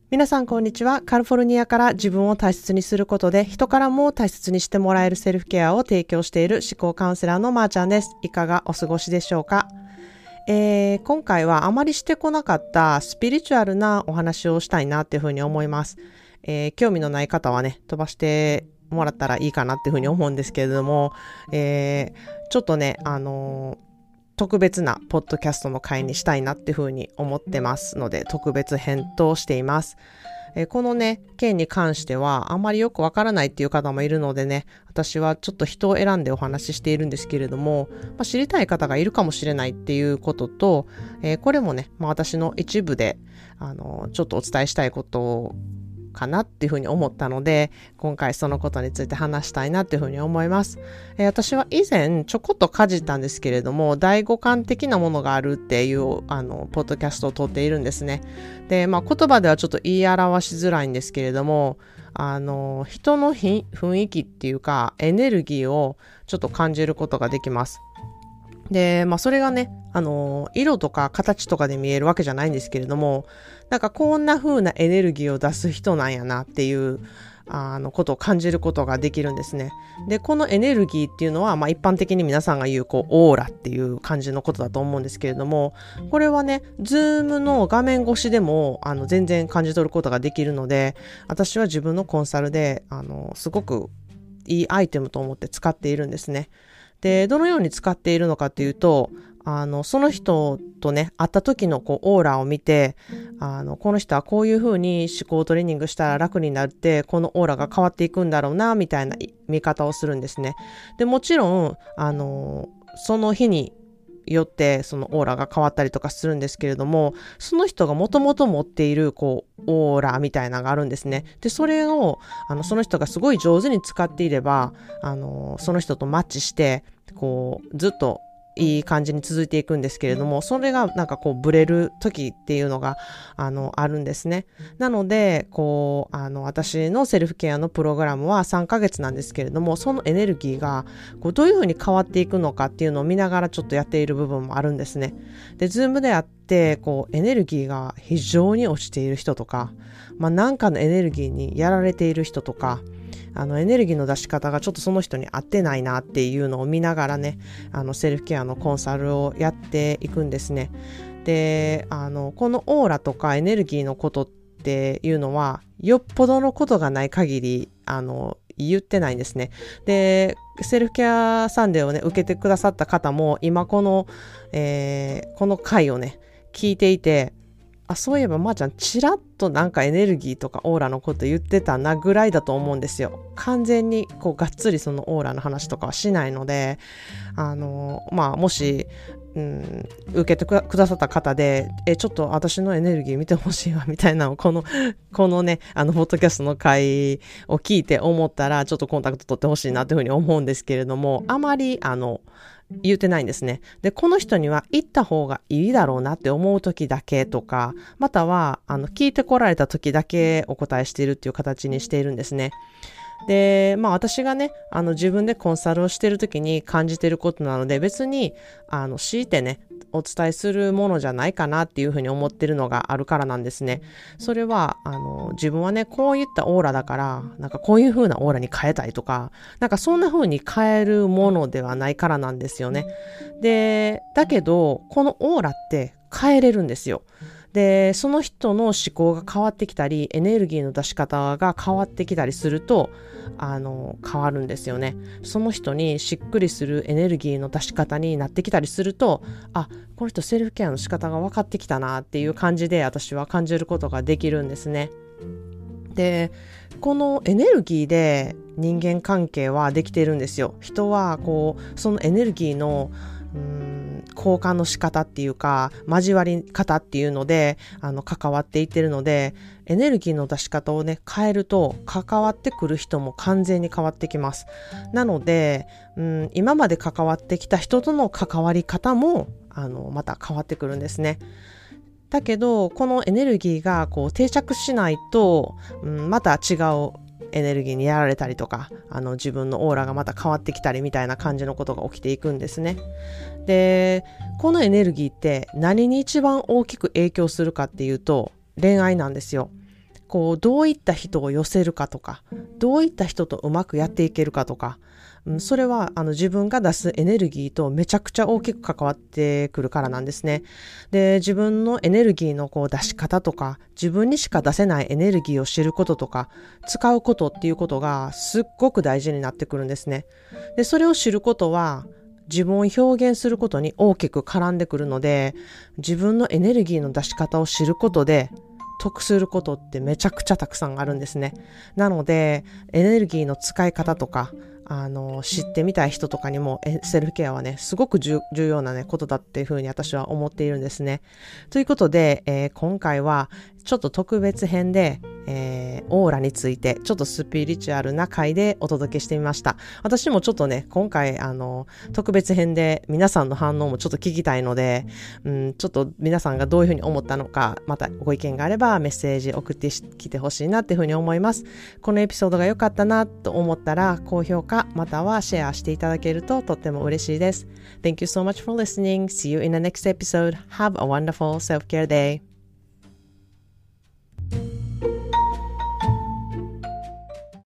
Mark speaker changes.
Speaker 1: 皆さんこんにちは。カリフォルニアから自分を大切にすることで人からも大切にしてもらえるセルフケアを提供している思考カウンセラーのまーちゃんです。いかがお過ごしでしょうか。今回はあまりしてこなかったスピリチュアルなお話をしたいなっていうふうに思います。興味のない方はね、飛ばしてもらったらいいかなっていうふうに思うんですけれども、ちょっとね、特別なポッドキャストの回にしたいなっていうふうに思ってますので、特別編としています。このね、件に関してはあんまりよくわからないっていう方もいるのでね、私はちょっと人を選んでお話ししているんですけれども、知りたい方がいるかもしれないっていうことと、これもね、私の一部でちょっとお伝えしたいことかなっていうふうに思ったので、今回そのことについて話したいなっていうふうに思います。私は以前ちょこっとかじったんですけれども、第五感的なものがあるっていうポッドキャストを撮っているんですね。で、言葉ではちょっと言い表しづらいんですけれども、人の雰囲気っていうかエネルギーをちょっと感じることができます。で、それがね、色とか形とかで見えるわけじゃないんですけれども、なんかこんな風なエネルギーを出す人なんやなっていうことを感じることができるんですね。で、このエネルギーっていうのは、一般的に皆さんが言うオーラっていう感じのことだと思うんですけれども、これはね、ズームの画面越しでも全然感じ取ることができるので、私は自分のコンサルですごくいいアイテムと思って使っているんですね。で、どのように使っているのかというと、その人とね、会った時のオーラを見て、この人はこういう風に思考トレーニングしたら楽になって、このオーラが変わっていくんだろうな、みたいな見方をするんですね。で、もちろん、その日によってそのオーラが変わったりとかするんですけれども、その人がもともと持っているオーラみたいなのがあるんですね。で、それをその人がすごい上手に使っていれば、その人とマッチしてずっといい感じに続いていくんですけれども、それがなんかブレる時っていうのがあるんですね。なので私のセルフケアのプログラムは3ヶ月なんですけれども、そのエネルギーがどういうふうに変わっていくのかっていうのを見ながらちょっとやっている部分もあるんですね。で、ズームであってエネルギーが非常に落ちている人とか、なんかのエネルギーにやられている人とか、エネルギーの出し方がちょっとその人に合ってないなっていうのを見ながらね、セルフケアのコンサルをやっていくんですね。で、このオーラとかエネルギーのことっていうのは、よっぽどのことがない限り、言ってないんですね。で、セルフケアサンデーをね、受けてくださった方も、今この回をね、聞いていて、そういえばまーちゃんちらっとなんかエネルギーとかオーラのこと言ってたなぐらいだと思うんですよ。完全にがっつりそのオーラの話とかはしないので、もし、受けてくださった方で、ちょっと私のエネルギー見てほしいわみたいなのをこのね、ポッドキャストの回を聞いて思ったら、ちょっとコンタクト取ってほしいなというふうに思うんですけれども、あまり言ってないんですね。で、この人には行った方がいいだろうなって思う時だけとか、または聞いてこられた時だけお答えしているっていう形にしているんですね。で、私がね、自分でコンサルをしている時に感じていることなので、別に強いてね、お伝えするものじゃないかなっていうふうに思ってるのがあるからなんですね。それは自分はね、こういったオーラだからなんかこういう風なオーラに変えたいとか、なんかそんな風に変えるものではないからなんですよね。で、だけどこのオーラって変えれるんですよ。で、その人の思考が変わってきたり、エネルギーの出し方が変わってきたりすると、変わるんですよね。その人にしっくりするエネルギーの出し方になってきたりすると、この人セルフケアの仕方が分かってきたなっていう感じで私は感じることができるんですね。で、このエネルギーで人間関係はできているんですよ。人はそのエネルギーの交換の仕方っていうか交わり方っていうので関わっていってるので、エネルギーの出し方をね変えると関わってくる人も完全に変わってきます。なので、今まで関わってきた人との関わり方もまた変わってくるんですね。だけどこのエネルギーが定着しないと、また違うエネルギーにやられたりとか、自分のオーラがまた変わってきたりみたいな感じのことが起きていくんですね。で、このエネルギーって何に一番大きく影響するかっていうと、恋愛なんですよ。 こうどういった人を寄せるかとか、どういった人とうまくやっていけるかとか、それは自分が出すエネルギーとめちゃくちゃ大きく関わってくるからなんですね。で、自分のエネルギーのこう出し方とか、自分にしか出せないエネルギーを知ることとか、使うことっていうことがすっごく大事になってくるんですね。で、それを知ることは自分を表現することに大きく絡んでくるので、自分のエネルギーの出し方を知ることで得することってめちゃくちゃたくさんあるんですね。なので、エネルギーの使い方とか、知ってみたい人とかにもセルフケアはね、すごく重要なね、ことだっていうふうに私は思っているんですね。ということで、今回はちょっと特別編で、オーラについてちょっとスピリチュアルな回でお届けしてみました。私もちょっとね、今回特別編で皆さんの反応もちょっと聞きたいので、ちょっと皆さんがどういうふうに思ったのか、またご意見があればメッセージ送ってきてほしいなっていうふうに思います。このエピソードが良かったなと思ったら高評価またはシェアしていただけるととっても嬉しいです。Thank you so much for listening. See you in the next episode. Have a wonderful self-care day.